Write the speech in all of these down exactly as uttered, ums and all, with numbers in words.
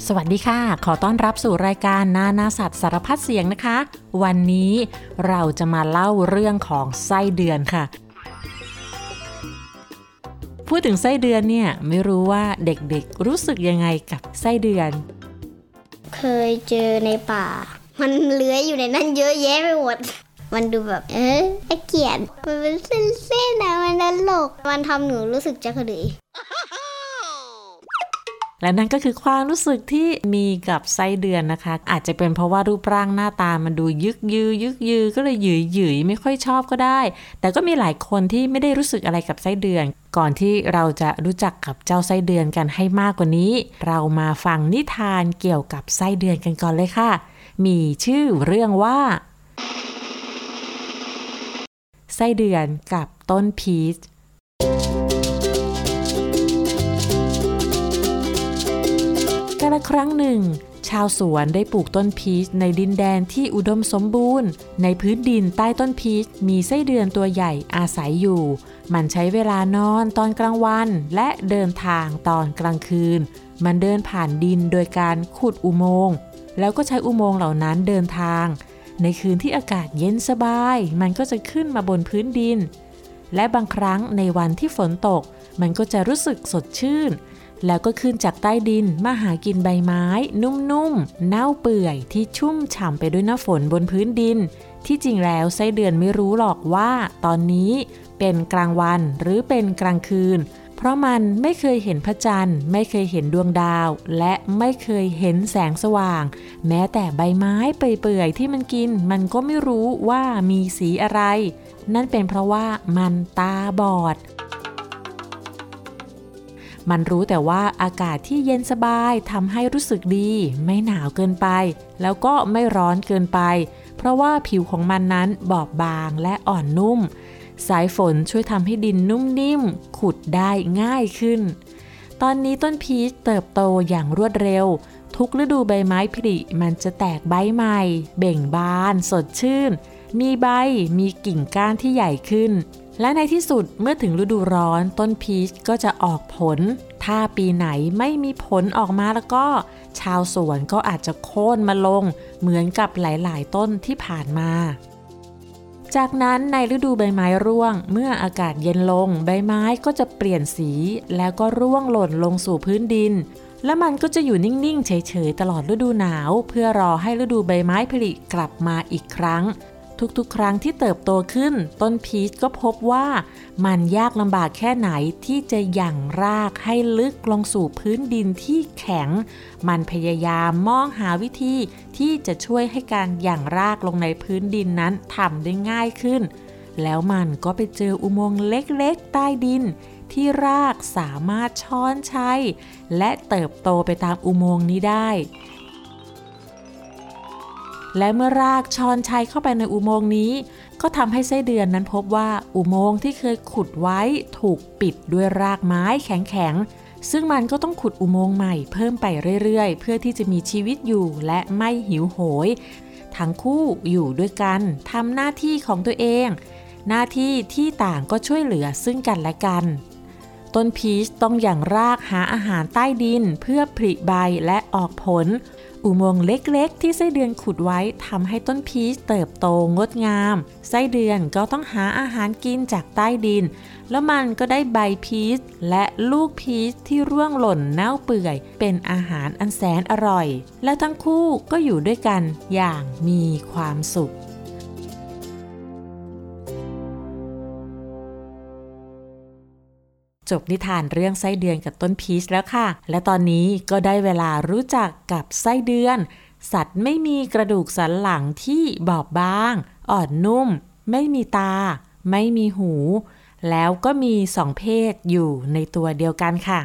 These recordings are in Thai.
สวัสดีค่ะขอต้อนรับสู่รายการนานาสัตว์สารพัดเสียงนะคะวันนี้เราจะมาเล่าเรื่องของไส้เดือนค่ะพูดถึงไส้เดือนเนี่ยไม่รู้ว่าเด็กๆรู้สึกยังไงกับไส้เดือนเคยเจอในป่ามันเลื้อยอยู่ในนั้นเยอะแยะไปหมดมันดูแบบเอ๊ะไอ้เกียดมันเป็นเส้นๆนะมันตลกมันทำหนูรู้สึกจักระดือและนั่นก็คือความรู้สึกที่มีกับไส้เดือนนะคะอาจจะเป็นเพราะว่ารูปร่างหน้าตามันดูยึกยือยึกยือก็เลยหยืยหยืยไม่ค่อยชอบก็ได้แต่ก็มีหลายคนที่ไม่ได้รู้สึกอะไรกับไส้เดือนก่อนที่เราจะรู้จักกับเจ้าไส้เดือนกันให้มากกว่านี้เรามาฟังนิทานเกี่ยวกับไส้เดือนกันก่อนเลยค่ะมีชื่อเรื่องว่าไส้เดือนกับต้นพีชกาลครั้งหนึ่งชาวสวนได้ปลูกต้นพีชในดินแดนที่อุดมสมบูรณ์ในพื้นดินใต้ต้นพีชมีไส้เดือนตัวใหญ่อาศัยอยู่มันใช้เวลานอนตอนกลางวันและเดินทางตอนกลางคืนมันเดินผ่านดินโดยการขุดอุโมงค์แล้วก็ใช้อุโมงค์เหล่านั้นเดินทางในคืนที่อากาศเย็นสบายมันก็จะขึ้นมาบนพื้นดินและบางครั้งในวันที่ฝนตกมันก็จะรู้สึกสดชื่นแล้วก็ขึ้นจากใต้ดินมาหากินใบไม้นุ่มๆเน่าเปื่อยที่ชุ่มฉ่ำไปด้วยน้ำฝนบนพื้นดินที่จริงแล้วไส้เดือนไม่รู้หรอกว่าตอนนี้เป็นกลางวันหรือเป็นกลางคืนเพราะมันไม่เคยเห็นพระจันทร์ไม่เคยเห็นดวงดาวและไม่เคยเห็นแสงสว่างแม้แต่ใบไม้เปื่อยๆที่มันกินมันก็ไม่รู้ว่ามีสีอะไรนั่นเป็นเพราะว่ามันตาบอดมันรู้แต่ว่าอากาศที่เย็นสบายทำให้รู้สึกดีไม่หนาวเกินไปแล้วก็ไม่ร้อนเกินไปเพราะว่าผิวของมันนั้นบอบบางและอ่อนนุ่มสายฝนช่วยทำให้ดินนุ่มนิ่มขุดได้ง่ายขึ้นตอนนี้ต้นพีชเติบโตอย่างรวดเร็วทุกฤดูใบไม้ผลิมันจะแตกใบใหม่เบ่งบานสดชื่นมีใบมีกิ่งก้านที่ใหญ่ขึ้นและในที่สุดเมื่อถึงฤดูร้อนต้นพีชก็จะออกผลถ้าปีไหนไม่มีผลออกมาแล้วก็ชาวสวนก็อาจจะโค่นมาลงเหมือนกับหลายๆต้นที่ผ่านมาจากนั้นในฤดูใบไม้ร่วงเมื่ออากาศเย็นลงใบไม้ก็จะเปลี่ยนสีแล้วก็ร่วงหล่นลงสู่พื้นดินและมันก็จะอยู่นิ่งๆเฉยๆตลอดฤดูหนาวเพื่อรอให้ฤดูใบไม้ผลิกลับมาอีกครั้งทุกๆครั้งที่เติบโตขึ้นต้นพีชก็พบว่ามันยากลำบากแค่ไหนที่จะหยั่งรากให้ลึกลงสู่พื้นดินที่แข็งมันพยายามมองหาวิธีที่จะช่วยให้การหยั่งรากลงในพื้นดินนั้นทำได้ง่ายขึ้นแล้วมันก็ไปเจออุโมงค์เล็กๆใต้ดินที่รากสามารถช้อนชัยและเติบโตไปตามอุโมงค์นี้ได้และเมื่อรากชอนชัยเข้าไปในอุโมงค์นี้ก็ทำให้ไส้เดือนนั้นพบว่าอุโมงค์ที่เคยขุดไว้ถูกปิดด้วยรากไม้แข็งๆซึ่งมันก็ต้องขุดอุโมงค์ใหม่เพิ่มไปเรื่อยๆเพื่อที่จะมีชีวิตอยู่และไม่หิวโหยทั้งคู่อยู่ด้วยกันทำหน้าที่ของตัวเองหน้าที่ที่ต่างก็ช่วยเหลือซึ่งกันและกันต้นพีชต้องหยั่งรากหาอาหารใต้ดินเพื่อผลิใบและออกผลอุโมงค์เล็กๆที่ไส้เดือนขุดไว้ทำให้ต้นพีชเติบโตงดงามไส้เดือนก็ต้องหาอาหารกินจากใต้ดินแล้วมันก็ได้ใบพีชและลูกพีชที่ร่วงหล่นเน่าเปื่อยเป็นอาหารอันแสนอร่อยและทั้งคู่ก็อยู่ด้วยกันอย่างมีความสุขจบนิทานเรื่องไส้เดือนกับต้นพีชแล้วค่ะและตอนนี้ก็ได้เวลารู้จักกับไส้เดือนสัตว์ไม่มีกระดูกสันหลังที่บอบบางอ่อนนุ่มไม่มีตาไม่มีหูแล้วก็มีสองเพศอยู่ในตัวเดียวกันค่ะ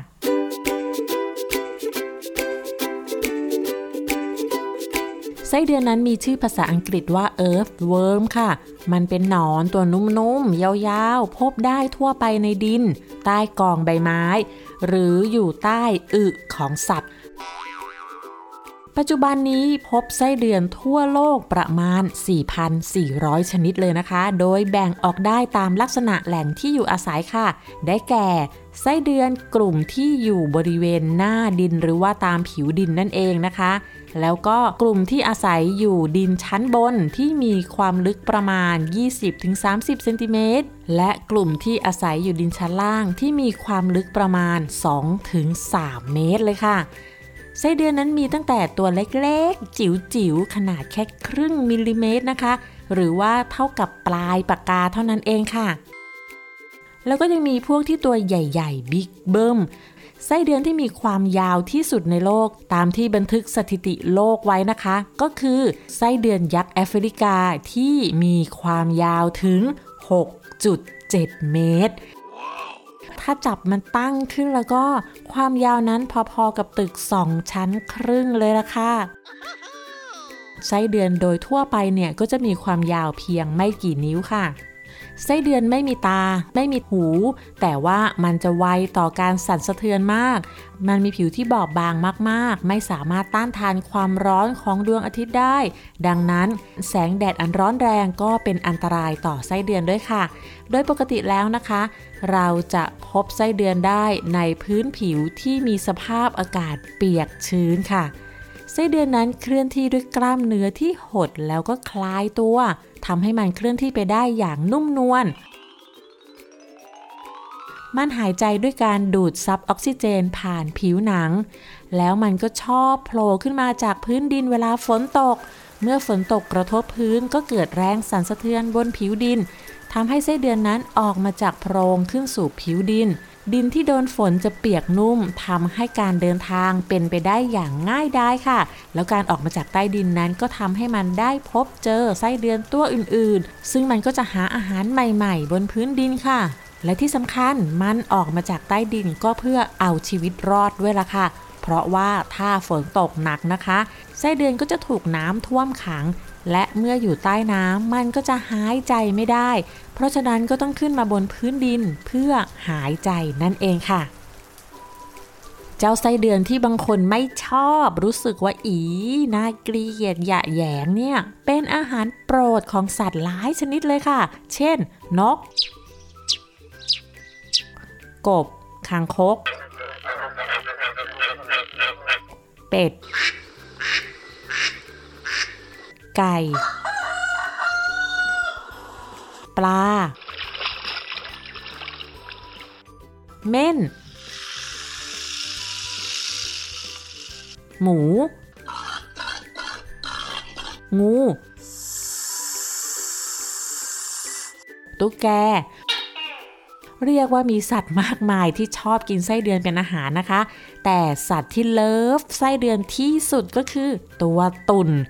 ไส้เดือนนั้นมีชื่อภาษาอังกฤษว่า earthworm ค่ะมันเป็นหนอนตัวนุ่มๆยาวๆพบได้ทั่วไปในดินใต้กองใบไม้หรืออยู่ใต้อึของสัตว์ปัจจุบันนี้พบไส้เดือนทั่วโลกประมาณ สี่พันสี่ร้อย ชนิดเลยนะคะโดยแบ่งออกได้ตามลักษณะแหล่งที่อยู่อาศัยค่ะได้แก่ไส้เดือนกลุ่มที่อยู่บริเวณหน้าดินหรือว่าตามผิวดินนั่นเองนะคะแล้วก็กลุ่มที่อาศัยอยู่ดินชั้นบนที่มีความลึกประมาณ ยี่สิบถึงสามสิบ เซนติเมตรและกลุ่มที่อาศัยอยู่ดินชั้นล่างที่มีความลึกประมาณ สองถึงสาม เมตรเลยค่ะไส้เดือนนั้นมีตั้งแต่ตัวเล็กๆจิ๋วๆขนาดแค่ครึ่งมิลลิเมตรนะคะหรือว่าเท่ากับปลายปากกาเท่านั้นเองค่ะแล้วก็ยังมีพวกที่ตัวใหญ่ๆบิ๊กเบิ้มไส้เดือนที่มีความยาวที่สุดในโลกตามที่บันทึกสถิติโลกไว้นะคะก็คือไส้เดือนยักษ์แอฟริกาที่มีความยาวถึง หกจุดเจ็ด เมตรถ้าจับมันตั้งขึ้นแล้วก็ความยาวนั้นพอๆกับตึกสองชั้นครึ่งเลยล่ะค่ะไส้เดือนโดยทั่วไปเนี่ยก็จะมีความยาวเพียงไม่กี่นิ้วค่ะไส้เดือนไม่มีตาไม่มีหูแต่ว่ามันจะไวต่อการสั่นสะเทือนมากมันมีผิวที่บอบบางมากๆไม่สามารถต้านทานความร้อนของดวงอาทิตย์ได้ดังนั้นแสงแดดอันร้อนแรงก็เป็นอันตรายต่อไส้เดือนด้วยค่ะโดยปกติแล้วนะคะเราจะพบไส้เดือนได้ในพื้นผิวที่มีสภาพอากาศเปียกชื้นค่ะไส้เดือนนั้นเคลื่อนที่ด้วยกล้ามเนื้อที่หดแล้วก็คลายตัวทำให้มันเคลื่อนที่ไปได้อย่างนุ่มนวลมันหายใจด้วยการดูดซับออกซิเจนผ่านผิวหนังแล้วมันก็ชอบโผล่ขึ้นมาจากพื้นดินเวลาฝนตกเมื่อฝนตกกระทบพื้นก็เกิดแรงสั่นสะเทือนบนผิวดินทำให้ไส้เดือนนั้นออกมาจากโพรงขึ้นสู่ผิวดินดินที่โดนฝนจะเปียกนุ่มทำให้การเดินทางเป็นไปได้อย่างง่ายดายค่ะแล้วการออกมาจากใต้ดินนั้นก็ทำให้มันได้พบเจอไส้เดือนตัวอื่นๆซึ่งมันก็จะหาอาหารใหม่ๆบนพื้นดินค่ะและที่สำคัญมันออกมาจากใต้ดินก็เพื่อเอาชีวิตรอดด้วยล่ะค่ะเพราะว่าถ้าฝนตกหนักนะคะไส้เดือนก็จะถูกน้ำท่วมขังและเมื่ออยู่ใต้น้ำมันก็จะหายใจไม่ได้เพราะฉะนั้นก็ต้องขึ้นมาบนพื้นดินเพื่อหายใจนั่นเองค่ะเจ้าไส้เดือนที่บางคนไม่ชอบรู้สึกว่าอีน่าเกลียดหยะแหยงเนี่ยเป็นอาหารโปรดของสัตว์หลายชนิดเลยค่ะเช่นนกกบคางคกเป็ดไก่ปลาเม่นหมูงูตุ๊กแกเรียกว่ามีสัตว์มากมายที่ชอบกินไส้เดือนเป็นอาหารนะคะแต่สัตว์ที่เลิฟไส้เดือนที่สุดก็คือตัวตุ่น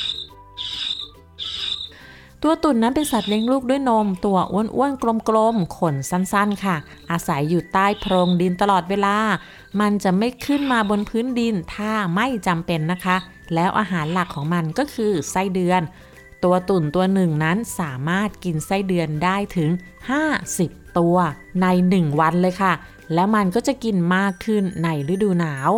ตัวตุ่นนั้นเป็นสัตว์เลี้ยงลูกด้วยนมตัวอ้วนๆกลมๆขนสั้นๆค่ะอาศัยอยู่ใต้โพรงดินตลอดเวลามันจะไม่ขึ้นมาบนพื้นดินถ้าไม่จำเป็นนะคะแล้วอาหารหลักของมันก็คือไส้เดือนตัวตุ่นตัวหนึ่งนั้นสามารถกินไส้เดือนได้ถึงห้าสิบตัวในหนึ่งวันเลยค่ะแล้วมันก็จะกินมากขึ้นในฤดูหนาว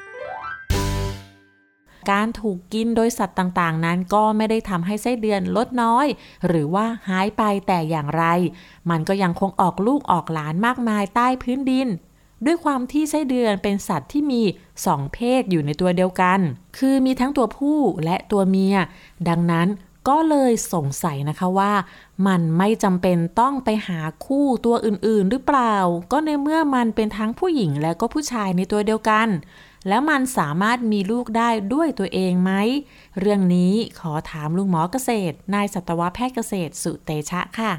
การถูกกินโดยสัตว์ต่างๆนั้นก็ไม่ได้ทำให้ไส้เดือนลดน้อยหรือว่าหายไปแต่อย่างไรมันก็ยังคงออกลูกออกหลานมากมายใต้พื้นดินด้วยความที่ไส้เดือนเป็นสัตว์ที่มีสองเพศอยู่ในตัวเดียวกันคือมีทั้งตัวผู้และตัวเมียดังนั้นก็เลยสงสัยนะคะว่ามันไม่จำเป็นต้องไปหาคู่ตัวอื่นๆหรือเปล่าก็ในเมื่อมันเป็นทั้งผู้หญิงและก็ผู้ชายในตัวเดียวกันแล้วมันสามารถมีลูกได้ด้วยตัวเองไหมเรื่องนี้ขอถามลุงหมอเกษตรนายสัตวแพทย์เกษตรสุเตชะค่ะ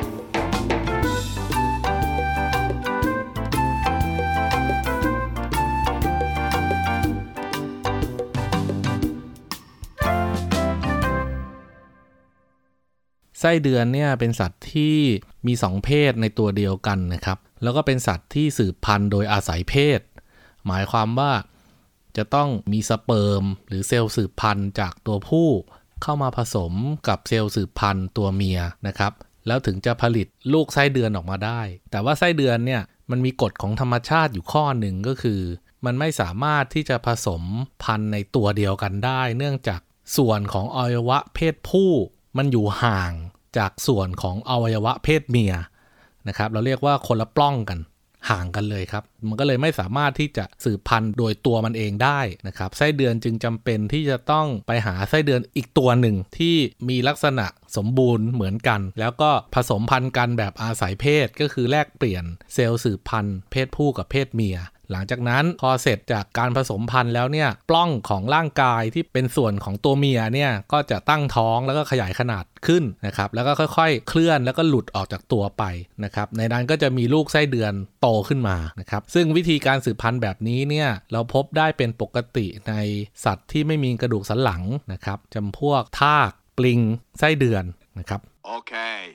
ไส้เดือนเนี่ยเป็นสัตว์ที่มีสองเพศในตัวเดียวกันนะครับแล้วก็เป็นสัตว์ที่สืบพันธุ์โดยอาศัยเพศหมายความว่าจะต้องมีสเปิร์มหรือเซลล์สืบพันธุ์จากตัวผู้เข้ามาผสมกับเซลล์สืบพันธุ์ตัวเมียนะครับแล้วถึงจะผลิตลูกไส้เดือนออกมาได้แต่ว่าไส้เดือนเนี่ยมันมีกฎของธรรมชาติอยู่ข้อหนึ่งก็คือมันไม่สามารถที่จะผสมพันธุ์ในตัวเดียวกันได้เนื่องจากส่วนของอวัยวะเพศผู้มันอยู่ห่างจากส่วนของอวัยวะเพศเมียนะครับเราเรียกว่าคนละปล้องกันห่างกันเลยครับมันก็เลยไม่สามารถที่จะสืบพันธุ์โดยตัวมันเองได้นะครับไส้เดือนจึงจำเป็นที่จะต้องไปหาไส้เดือนอีกตัวหนึ่งที่มีลักษณะสมบูรณ์เหมือนกันแล้วก็ผสมพันธุ์กันแบบอาศัยเพศก็คือแลกเปลี่ยนเซลล์สืบพันธุ์เพศผู้กับเพศเมียหลังจากนั้นพอเสร็จจากการผสมพันธุ์แล้วเนี่ยปล้องของร่างกายที่เป็นส่วนของตัวเมียเนี่ยก็จะตั้งท้องแล้วก็ขยายขนาดขึ้นนะครับแล้วก็ค่อยๆเคลื่อนแล้วก็หลุดออกจากตัวไปนะครับในนั้นก็จะมีลูกไส้เดือนโตขึ้นมานะครับซึ่งวิธีการสืบพันธุ์แบบนี้เนี่ยเราพบได้เป็นปกติในสัตว์ที่ไม่มีกระดูกสันหลังนะครับจำพวกทากปลิงไส้เดือนนะครับโอเค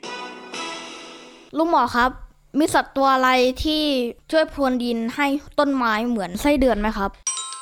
ลุงหมอครับมีสัตว์ตัวอะไรที่ช่วยพรวนดินให้ต้นไม้เหมือนไส้เดือนไหมครับ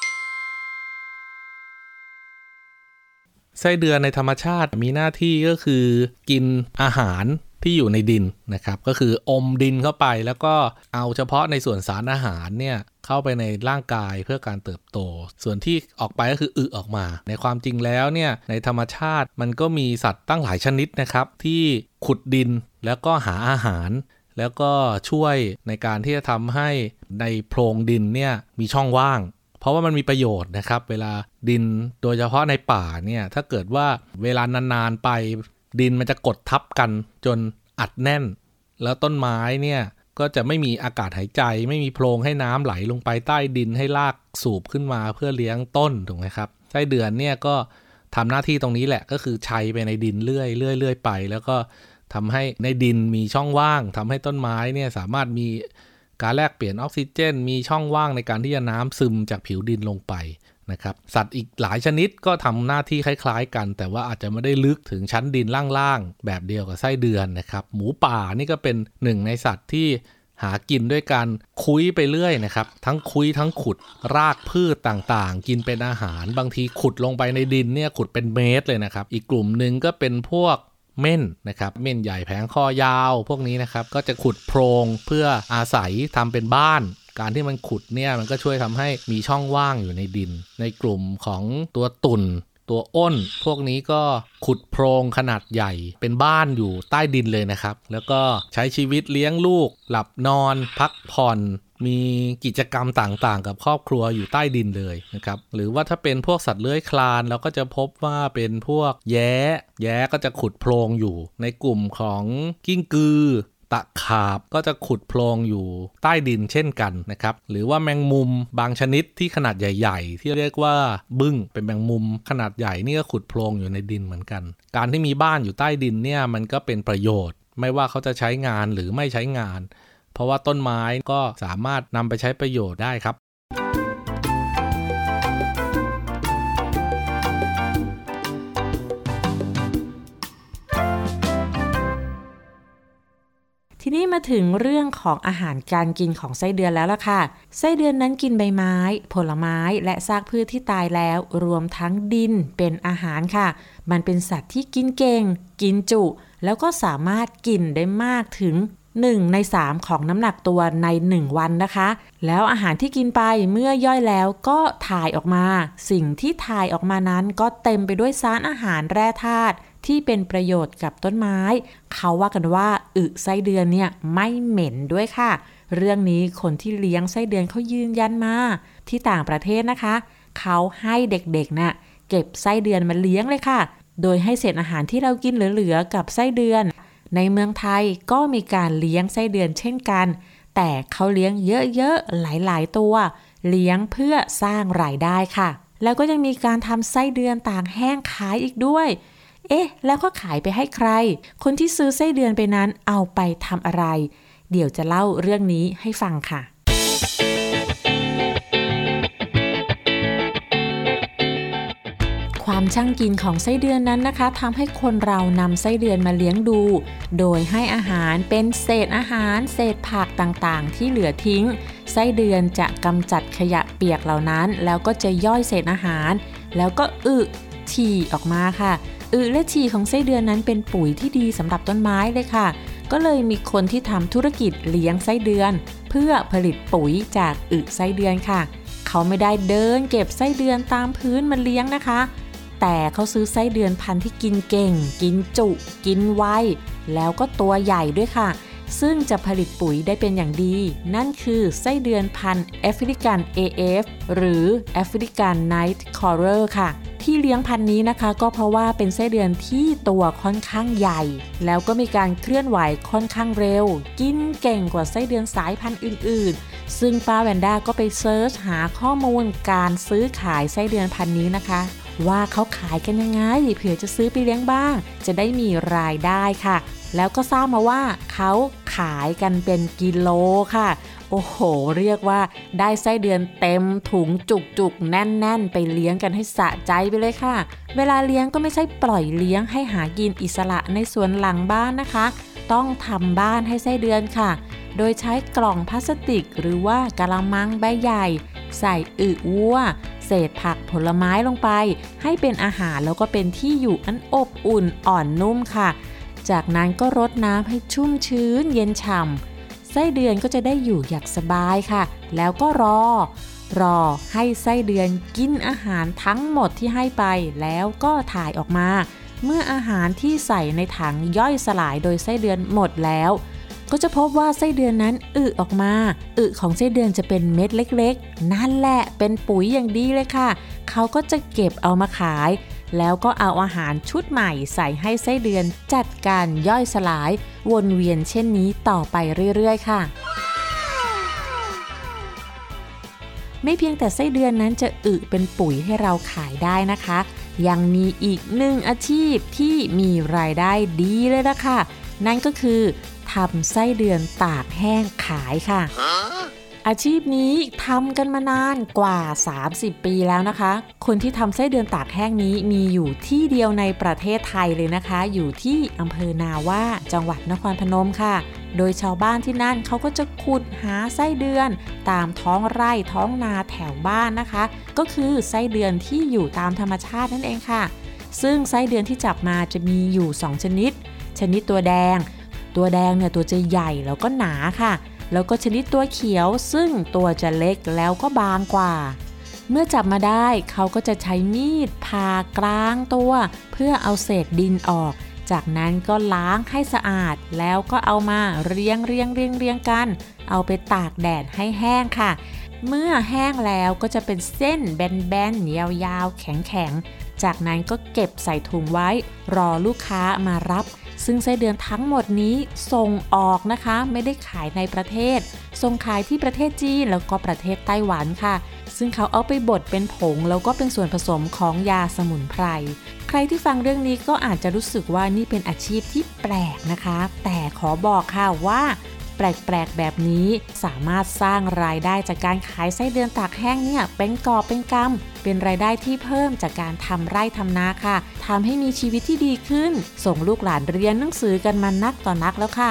ไส้เดือนในธรรมชาติมีหน้าที่ก็คือกินอาหารที่อยู่ในดินนะครับก็คืออมดินเข้าไปแล้วก็เอาเฉพาะในส่วนสารอาหารเนี่ยเข้าไปในร่างกายเพื่อการเติบโตส่วนที่ออกไปก็คืออึออกมาในความจริงแล้วเนี่ยในธรรมชาติมันก็มีสัตว์ตั้งหลายชนิดนะครับที่ขุดดินแล้วก็หาอาหารแล้วก็ช่วยในการที่จะทำให้ในโพรงดินเนี่ยมีช่องว่างเพราะว่ามันมีประโยชน์นะครับเวลาดินโดยเฉพาะในป่าเนี่ยถ้าเกิดว่าเวลานานๆไปดินมันจะกดทับกันจนอัดแน่นแล้วต้นไม้เนี่ยก็จะไม่มีอากาศหายใจไม่มีโพรงให้น้ำไหลลงไปใต้ดินให้รากสูบขึ้นมาเพื่อเลี้ยงต้นถูกไหมครับไส้เดือนเนี่ยก็ทำหน้าที่ตรงนี้แหละก็คือชัยไปในดินเรื่อยเรื่อยเรื่อยไปแล้วก็ทำให้ในดินมีช่องว่างทำให้ต้นไม้เนี่ยสามารถมีการแลกเปลี่ยนออกซิเจนมีช่องว่างในการที่จะน้ำซึมจากผิวดินลงไปนะครับสัตว์อีกหลายชนิดก็ทำหน้าที่คล้ายๆกันแต่ว่าอาจจะไม่ได้ลึกถึงชั้นดินล่างๆแบบเดียวกับไส้เดือนนะครับหมูป่านี่ก็เป็นหนึ่งในสัตว์ที่หากินด้วยการคุยไปเรื่อยนะครับทั้งคุยทั้งขุดรากพืชต่างๆกินเป็นอาหารบางทีขุดลงไปในดินเนี่ยขุดเป็นเมตรเลยนะครับอีกกลุ่มนึงก็เป็นพวกเม่นนะครับเม่นใหญ่แผงคอยาวพวกนี้นะครับก็จะขุดโพรงเพื่ออาศัยทำเป็นบ้านการที่มันขุดเนี่ยมันก็ช่วยทำให้มีช่องว่างอยู่ในดินในกลุ่มของตัวตุ่นตัวอ้นพวกนี้ก็ขุดโพรงขนาดใหญ่เป็นบ้านอยู่ใต้ดินเลยนะครับแล้วก็ใช้ชีวิตเลี้ยงลูกหลับนอนพักผ่อนมีกิจกรรมต่างๆกับครอบครัวอยู่ใต้ดินเลยนะครับหรือว่าถ้าเป็นพวกสัตว์เลื้อยคลานเราก็จะพบว่าเป็นพวกแย้แย้ก็จะขุดโพรงอยู่ในกลุ่มของกิ้งกือตะขาบก็จะขุดโพรงอยู่ใต้ดินเช่นกันนะครับหรือว่าแมงมุมบางชนิดที่ขนาดใหญ่ๆที่เรียกว่าบึ้งเป็นแมงมุมขนาดใหญ่นี่ก็ขุดโพรงอยู่ในดินเหมือนกันการที่มีบ้านอยู่ใต้ดินเนี่ยมันก็เป็นประโยชน์ไม่ว่าเขาจะใช้งานหรือไม่ใช้งานเพราะว่าต้นไม้ก็สามารถนำไปใช้ประโยชน์ได้ครับทีนี้มาถึงเรื่องของอาหารการกินของไส้เดือนแล้วล่ะค่ะไส้เดือนนั้นกินใบไม้ผลไม้และซากพืชที่ตายแล้วรวมทั้งดินเป็นอาหารค่ะมันเป็นสัตว์ที่กินเก่งกินจุแล้วก็สามารถกินได้มากถึงหนึ่งในสามของน้ำหนักตัวในหนึ่งวันนะคะแล้วอาหารที่กินไปเมื่อย่อยแล้วก็ถ่ายออกมาสิ่งที่ถ่ายออกมานั้นก็เต็มไปด้วยสารอาหารแร่ธาตุที่เป็นประโยชน์กับต้นไม้เขาว่ากันว่าอึไส้เดือนเนี่ยไม่เหม็นด้วยค่ะเรื่องนี้คนที่เลี้ยงไส้เดือนเขายืนยันมาที่ต่างประเทศนะคะเขาให้เด็กๆน่ะเก็บไส้เดือนมาเลี้ยงเลยค่ะโดยให้เศษอาหารที่เรากินเหลือๆกับไส้เดือนในเมืองไทยก็มีการเลี้ยงไส้เดือนเช่นกันแต่เขาเลี้ยงเยอะๆหลายๆตัวเลี้ยงเพื่อสร้างรายได้ค่ะแล้วก็ยังมีการทำไส้เดือนตากแห้งขายอีกด้วยเอ๊ะแล้วก็ขายไปให้ใครคนที่ซื้อไส้เดือนไปนั้นเอาไปทำอะไรเดี๋ยวจะเล่าเรื่องนี้ให้ฟังค่ะความช่างกินของไส้เดือนนั้นนะคะทำให้คนเรานำไส้เดือนมาเลี้ยงดูโดยให้อาหารเป็นเศษอาหารเศษผักต่างๆที่เหลือทิ้งไส้เดือนจะกำจัดขยะเปียกเหล่านั้นแล้วก็จะย่อยเศษอาหารแล้วก็อึฉี่ออกมาค่ะอึและฉี่ของไส้เดือนนั้นเป็นปุ๋ยที่ดีสำหรับต้นไม้เลยค่ะก็เลยมีคนที่ทำธุรกิจเลี้ยงไส้เดือนเพื่อผลิตปุ๋ยจากอึไส้เดือนค่ะเขาไม่ได้เดินเก็บไส้เดือนตามพื้นมาเลี้ยงนะคะแต่เขาซื้อไส้เดือนพันธุ์ที่กินเก่งกินจุกินไวแล้วก็ตัวใหญ่ด้วยค่ะซึ่งจะผลิตปุ๋ยได้เป็นอย่างดีนั่นคือไส้เดือนพันธุ์แอฟริกัน เอ เอฟ หรือแอฟริกันไนท์คอเรลค่ะที่เลี้ยงพันธุ์นี้นะคะก็เพราะว่าเป็นไส้เดือนที่ตัวค่อนข้างใหญ่แล้วก็มีการเคลื่อนไหวค่อนข้างเร็วกินเก่งกว่าไส้เดือนสายพันธุ์อื่นๆซึ่งป้าแวนด้าก็ไปเซิร์ชหาข้อมูลการซื้อขายไส้เดือนพันธุ์นี้นะคะว่าเขาขายกันยังไงเผื่อจะซื้อไปเลี้ยงบ้างจะได้มีรายได้ค่ะแล้วก็ทราบมาว่าเขาขายกันเป็นกิโลค่ะโอ้โหเรียกว่าได้ไส้เดือนเต็มถุงจุกๆแน่นๆไปเลี้ยงกันให้สะใจไปเลยค่ะเวลาเลี้ยงก็ไม่ใช่ปล่อยเลี้ยงให้หากินอิสระในสวนหลังบ้านนะคะต้องทำบ้านให้ไส้เดือนค่ะโดยใช้กล่องพลาสติกหรือว่ากะละมังใบใหญ่ใส่อึวัวเศษผักผลไม้ลงไปให้เป็นอาหารแล้วก็เป็นที่อยู่อันอบอุ่นอ่อนนุ่มค่ะจากนั้นก็รดน้ำให้ชุ่มชื้นเย็นฉ่ำไส้เดือนก็จะได้อยู่อย่างสบายค่ะแล้วก็รอรอให้ไส้เดือนกินอาหารทั้งหมดที่ให้ไปแล้วก็ถ่ายออกมาเมื่ออาหารที่ใส่ในถังย่อยสลายโดยไส้เดือนหมดแล้วก็จะพบว่าไส้เดือนนั้นอึออกมาอึของไส้เดือนจะเป็นเม็ดเล็กๆนั่นแหละเป็นปุ๋ยอย่างดีเลยค่ะเขาก็จะเก็บเอามาขายแล้วก็เอาอาหารชุดใหม่ใส่ให้ไส้เดือนจัดการย่อยสลายวนเวียนเช่นนี้ต่อไปเรื่อยๆค่ะ ไม่เพียงแต่ไส้เดือนนั้นจะอึเป็นปุ๋ยให้เราขายได้นะคะยังมีอีกหนึ่งอาชีพที่มีรายได้ดีเลยนะคะนั่นก็คือทำไส้เดือนตากแห้งขายค่ะ อาชีพนี้ทำกันมานานกว่าสามสิบปีแล้วนะคะคนที่ทำไส้เดือนตากแห้งนี้มีอยู่ที่เดียวในประเทศไทยเลยนะคะอยู่ที่อำเภอนาว่าจังหวัดนครพนมค่ะโดยชาวบ้านที่นั่นเขาก็จะขุดหาไส้เดือนตามท้องไร่ท้องนาแถวบ้านนะคะก็คือไส้เดือนที่อยู่ตามธรรมชาตินั่นเองค่ะซึ่งไส้เดือนที่จับมาจะมีอยู่สองชนิดชนิดตัวแดงตัวแดงเนี่ยตัวจะใหญ่แล้วก็หนาค่ะแล้วก็ชนิดตัวเขียวซึ่งตัวจะเล็กแล้วก็บางกว่าเมื่อจับมาได้เขาก็จะใช้มีดผ่ากลางตัวเพื่อเอาเศษดินออกจากนั้นก็ล้างให้สะอาดแล้วก็เอามาเรียงเรียงเรียงเรียงกันเอาไปตากแดดให้แห้งค่ะเมื่อแห้งแล้วก็จะเป็นเส้นแบนๆยาวๆแข็งๆจากนั้นก็เก็บใส่ถุงไว้รอลูกค้ามารับซึ่งไส้เดือนทั้งหมดนี้ส่งออกนะคะไม่ได้ขายในประเทศส่งขายที่ประเทศจีนแล้วก็ประเทศไต้หวันค่ะซึ่งเขาเอาไปบดเป็นผงแล้วก็เป็นส่วนผสมของยาสมุนไพรใครที่ฟังเรื่องนี้ก็อาจจะรู้สึกว่านี่เป็นอาชีพที่แปลกนะคะแต่ขอบอกค่ะว่าแปลกๆแบบนี้สามารถสร้างรายได้จากการขายไส้เดือนตากแห้งเนี่ยเป็นกอบเป็นกำเป็นรายได้ที่เพิ่มจากการทำไร่ทำนาค่ะทำให้มีชีวิตที่ดีขึ้นส่งลูกหลานเรียนหนังสือกันมานักต่อนักแล้วค่ะ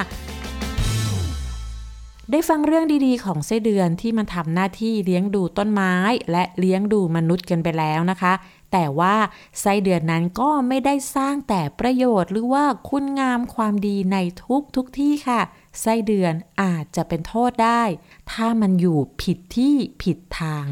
ได้ฟังเรื่องดีๆของไส้เดือนที่มันทำหน้าที่เลี้ยงดูต้นไม้และเลี้ยงดูมนุษย์กันไปแล้วนะคะแต่ว่าไส้เดือนนั้นก็ไม่ได้สร้างแต่ประโยชน์หรือว่าคุณงามความดีในทุกทุกที่ค่ะไส้เดือนอาจจะเป็นโทษได้ถ้ามันอยู่ผิดที่ผิดทาง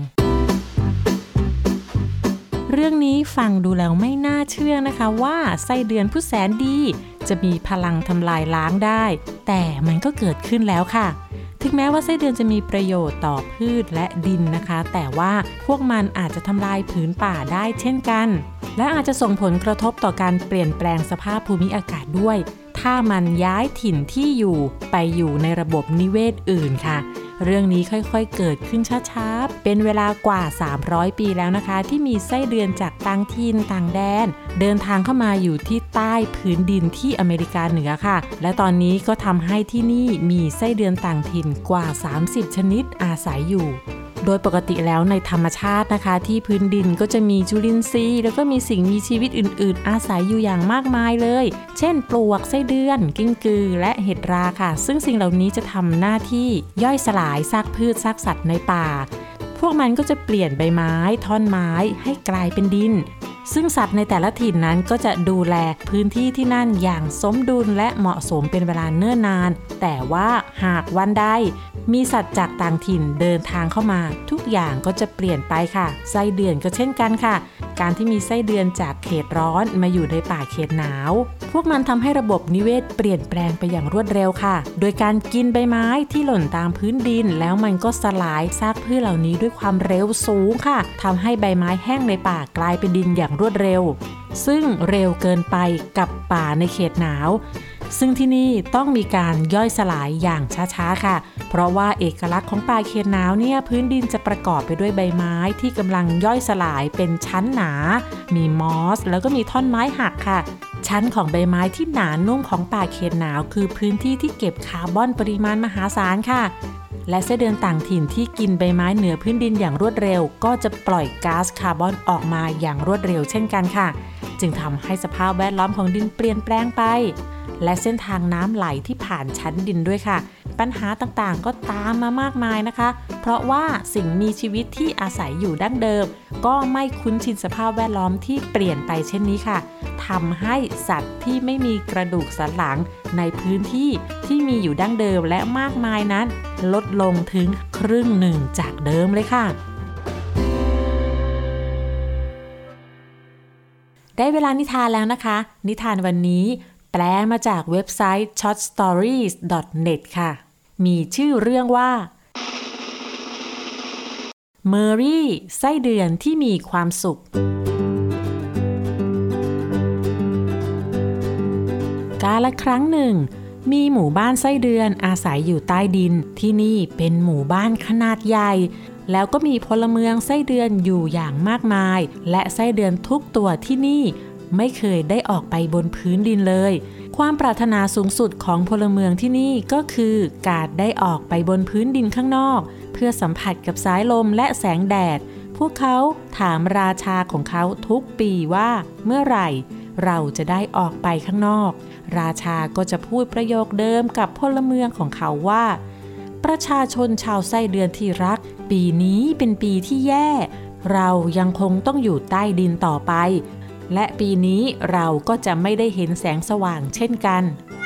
เรื่องนี้ฟังดูแล้วไม่น่าเชื่อนะคะว่าไส้เดือนผู้แสนดีจะมีพลังทำลายล้างได้แต่มันก็เกิดขึ้นแล้วค่ะถึงแม้ว่าไส้เดือนจะมีประโยชน์ต่อพืชและดินนะคะแต่ว่าพวกมันอาจจะทำลายผืนป่าได้เช่นกันและอาจจะส่งผลกระทบต่อการเปลี่ยนแปลงสภาพภูมิอากาศด้วยถ้ามันย้ายถิ่นที่อยู่ไปอยู่ในระบบนิเวศอื่นค่ะเรื่องนี้ค่อยๆเกิดขึ้นช้าๆเป็นเวลากว่าสามร้อยปีแล้วนะคะที่มีไส้เดือนจากต่างถิ่นต่างแดนเดินทางเข้ามาอยู่ที่ใต้พื้นดินที่อเมริกาเหนือค่ะและตอนนี้ก็ทำให้ที่นี่มีไส้เดือนต่างถิ่นกว่าสามสิบชนิดอาศัยอยู่โดยปกติแล้วในธรรมชาตินะคะที่พื้นดินก็จะมีจุลินทรีย์แล้วก็มีสิ่งมีชีวิตอื่นๆอาศัยอยู่อย่างมากมายเลยเช่นปลวกไส้เดือนกิ้งกือและเห็ดราค่ะซึ่งสิ่งเหล่านี้จะทำหน้าที่ย่อยสลายซากพืชซากสัตว์ในป่าพวกมันก็จะเปลี่ยนใบไม้ท่อนไม้ให้กลายเป็นดินซึ่งสัตว์ในแต่ละถิ่นนั้นก็จะดูแลพื้นที่ที่นั่นอย่างสมดุลและเหมาะสมเป็นเวลาเนิ่นนานแต่ว่าหากวันใดมีสัตว์จากต่างถิ่นเดินทางเข้ามาทุกอย่างก็จะเปลี่ยนไปค่ะไส้เดือนก็เช่นกันค่ะการที่มีไส้เดือนจากเขตร้อนมาอยู่ในป่าเขตหนาวพวกมันทำให้ระบบนิเวศเปลี่ยนแปลงไปอย่างรวดเร็วค่ะโดยการกินใบไม้ที่หล่นตามพื้นดินแล้วมันก็สลายซากพืชเหล่านี้ด้วยความเร็วสูงค่ะทำให้ใบไม้แห้งในป่ากลายเป็นดินอย่างรวดเร็วซึ่งเร็วเกินไปกับป่าในเขตหนาวซึ่งที่นี่ต้องมีการย่อยสลายอย่างช้าๆค่ะเพราะว่าเอกลักษณ์ของป่าเขตหนาวเนี่ยพื้นดินจะประกอบไปด้วยใบไม้ที่กำลังย่อยสลายเป็นชั้นหนามีมอสแล้วก็มีท่อนไม้หักค่ะชั้นของใบไม้ที่หนานุ่มของป่าเขตหนาวคือพื้นที่ที่เก็บคาร์บอนปริมาณมหาศาลค่ะและไส้เดือนต่างถิ่นที่กินใบไม้เหนือพื้นดินอย่างรวดเร็วก็จะปล่อยก๊าซคาร์บอนออกมาอย่างรวดเร็วเช่นกันค่ะจึงทำให้สภาพแวดล้อมของดินเปลี่ยนแปลงไปและเส้นทางน้ำไหลที่ผ่านชั้นดินด้วยค่ะปัญหาต่างๆก็ตามมามากมายนะคะเพราะว่าสิ่งมีชีวิตที่อาศัยอยู่ดั้งเดิมก็ไม่คุ้นชินสภาพแวดล้อมที่เปลี่ยนไปเช่นนี้ค่ะทำให้สัตว์ที่ไม่มีกระดูกสันหลังในพื้นที่ที่มีอยู่ดั้งเดิมและมากมายนั้นลดลงถึงครึ่งหนึ่งจากเดิมเลยค่ะได้เวลานิทานแล้วนะคะนิทานวันนี้แปลมาจากเว็บไซต์ ช็อตสตอรี่ส์ ดอท เน็ต ค่ะมีชื่อเรื่องว่าเมอรี่ไส้เดือนที่มีความสุขกาลครั้งหนึ่งมีหมู่บ้านไส้เดือนอาศัยอยู่ใต้ดินที่นี่เป็นหมู่บ้านขนาดใหญ่แล้วก็มีพลเมืองไส้เดือนอยู่อย่างมากมายและไส้เดือนทุกตัวที่นี่ไม่เคยได้ออกไปบนพื้นดินเลยความปรารถนาสูงสุดของพลเมืองที่นี่ก็คือการได้ออกไปบนพื้นดินข้างนอกเพื่อสัมผัสกับสายลมและแสงแดดพวกเขาถามราชาของเขาทุกปีว่าเมื่อไหร่เราจะได้ออกไปข้างนอกราชาก็จะพูดประโยคเดิมกับพลเมืองของเขาว่าประชาชนชาวไส้เดือนที่รักปีนี้เป็นปีที่แย่เรายังคงต้องอยู่ใต้ดินต่อไปและปีนี้เราก็จะไม่ได้เห็นแสงสว่างเช่นกัน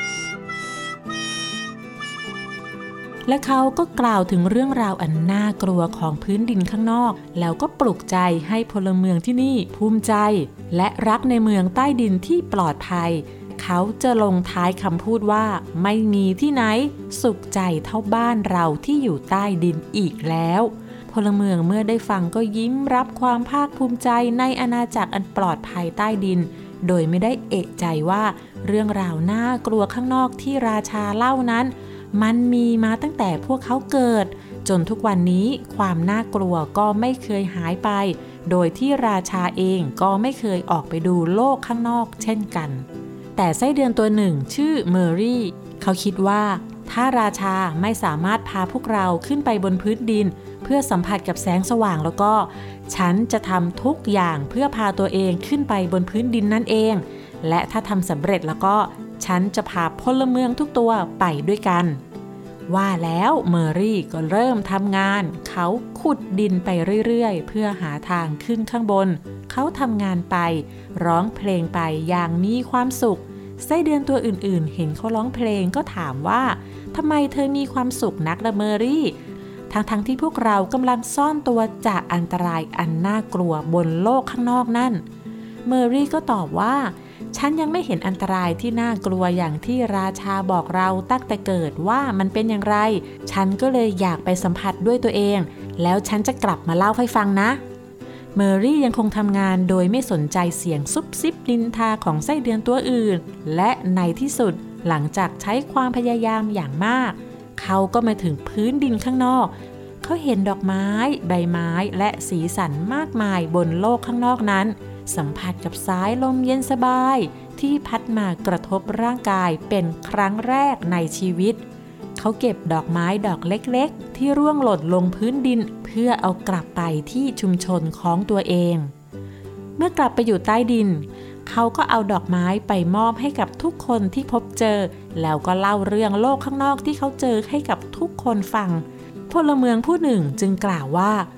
และเขาก็กล่าวถึงเรื่องราวอันน่ากลัวของพื้นดินข้างนอกแล้วก็ปลุกใจให้พลเมืองที่นี่ภูมิใจและรักในเมืองใต้ดินที่ปลอดภัยเขาจะลงท้ายคำพูดว่าไม่มีที่ไหนสุขใจเท่าบ้านเราที่อยู่ใต้ดินอีกแล้วพลเมืองเมื่อได้ฟังก็ยิ้มรับความภาคภูมิใจในอาณาจักรอันปลอดภัยใต้ดินโดยไม่ได้เอะใจว่าเรื่องราวน่ากลัวข้างนอกที่ราชาเล่านั้นมันมีมาตั้งแต่พวกเขาเกิดจนทุกวันนี้ความน่ากลัวก็ไม่เคยหายไปโดยที่ราชาเองก็ไม่เคยออกไปดูโลกข้างนอกเช่นกันแต่ไส้เดือนตัวหนึ่งชื่อเมอรี่เขาคิดว่าถ้าราชาไม่สามารถพาพวกเราขึ้นไปบนพื้นดินเพื่อสัมผัสกับแสงสว่างแล้วก็ฉันจะทำทุกอย่างเพื่อพาตัวเองขึ้นไปบนพื้นดินนั่นเองและถ้าทำสำเร็จแล้วก็ฉันจะพาพลเมืองทุกตัวไปด้วยกันว่าแล้วเมอรี่ก็เริ่มทำงานเขาขุดดินไปเรื่อยๆเพื่อหาทางขึ้นข้างบนเขาทำงานไปร้องเพลงไปอย่างมีความสุขไส้เดือนตัวอื่นๆเห็นเขาร้องเพลงก็ถามว่าทำไมเธอมีความสุขนักล่ะเมอรี่ทั้งๆ ท, ที่พวกเรากำลังซ่อนตัวจากอันตรายอันน่ากลัวบนโลกข้างนอกนั่นเมอรี่ก็ตอบว่าฉันยังไม่เห็นอันตรายที่น่ากลัวอย่างที่ราชาบอกเราตั้งแต่เกิดว่ามันเป็นอย่างไรฉันก็เลยอยากไปสัมผัสด้วยตัวเองแล้วฉันจะกลับมาเล่าให้ฟังนะเมอรี่ยังคงทำงานโดยไม่สนใจเสียงซุบซิบนินทาของไส้เดือนตัวอื่นและในที่สุดหลังจากใช้ความพยายามอย่างมากเขาก็มาถึงพื้นดินข้างนอกเขาเห็นดอกไม้ใบไม้และสีสันมากมายบนโลกข้างนอกนั้นสัมผัสกับสายลมเย็นสบายที่พัดมากระทบร่างกายเป็นครั้งแรกในชีวิตเขาเก็บดอกไม้ดอกเล็กๆที่ร่วงหล่นลงพื้นดินเพื่อเอากลับไปที่ชุมชนของตัวเองเมื่อกลับไปอยู่ใต้ดินเขาก็เอาดอกไม้ไปมอบให้กับทุกคนที่พบเจอแล้วก็เล่าเรื่องโลกข้างนอกที่เขาเจอให้กับทุกคนฟังพลเมืองผู้หนึ่งจึงกล่าวว่า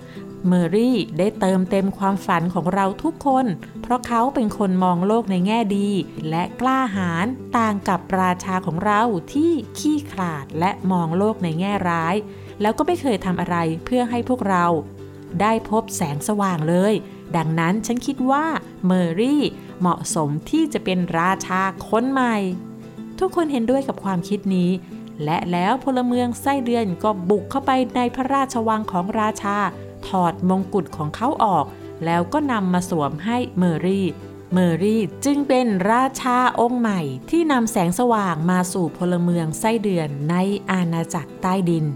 เมอรี่ได้เติมเต็มความฝันของเราทุกคนเพราะเขาเป็นคนมองโลกในแง่ดีและกล้าหาญต่างกับราชาของเราที่ขี้ขลาดและมองโลกในแง่ร้ายแล้วก็ไม่เคยทำอะไรเพื่อให้พวกเราได้พบแสงสว่างเลยดังนั้นฉันคิดว่าเมอรี่เหมาะสมที่จะเป็นราชาคนใหม่ทุกคนเห็นด้วยกับความคิดนี้และแล้วพลเมืองไส้เดือนก็บุกเข้าไปในพระราชวังของราชาถอดมงกุฎของเขาออกแล้วก็นำมาสวมให้เมอรี่เมอรี่จึงเป็นราชาองค์ใหม่ที่นำแสงสว่างมาสู่พลเมืองไส้เดือนในอาณาจักรใต้ดิน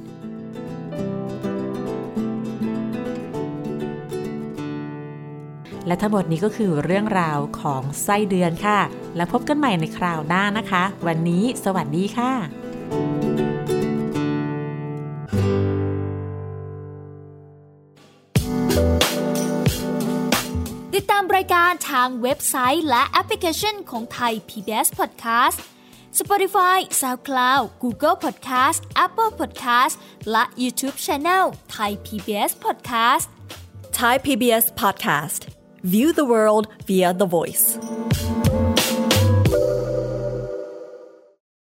และทั้งหมดนี้ก็คือเรื่องราวของไส้เดือนค่ะแล้วพบกันใหม่ในคราวหน้านะคะวันนี้สวัสดีค่ะติดตามรายการทางเว็บไซต์และแอปพลิเคชันของไทย พี บี เอส Podcast Spotify, SoundCloud, Google Podcast, Apple Podcast และ YouTube Channel Thai พี บี เอส Podcast Thai พี บี เอส Podcast View the world via the voice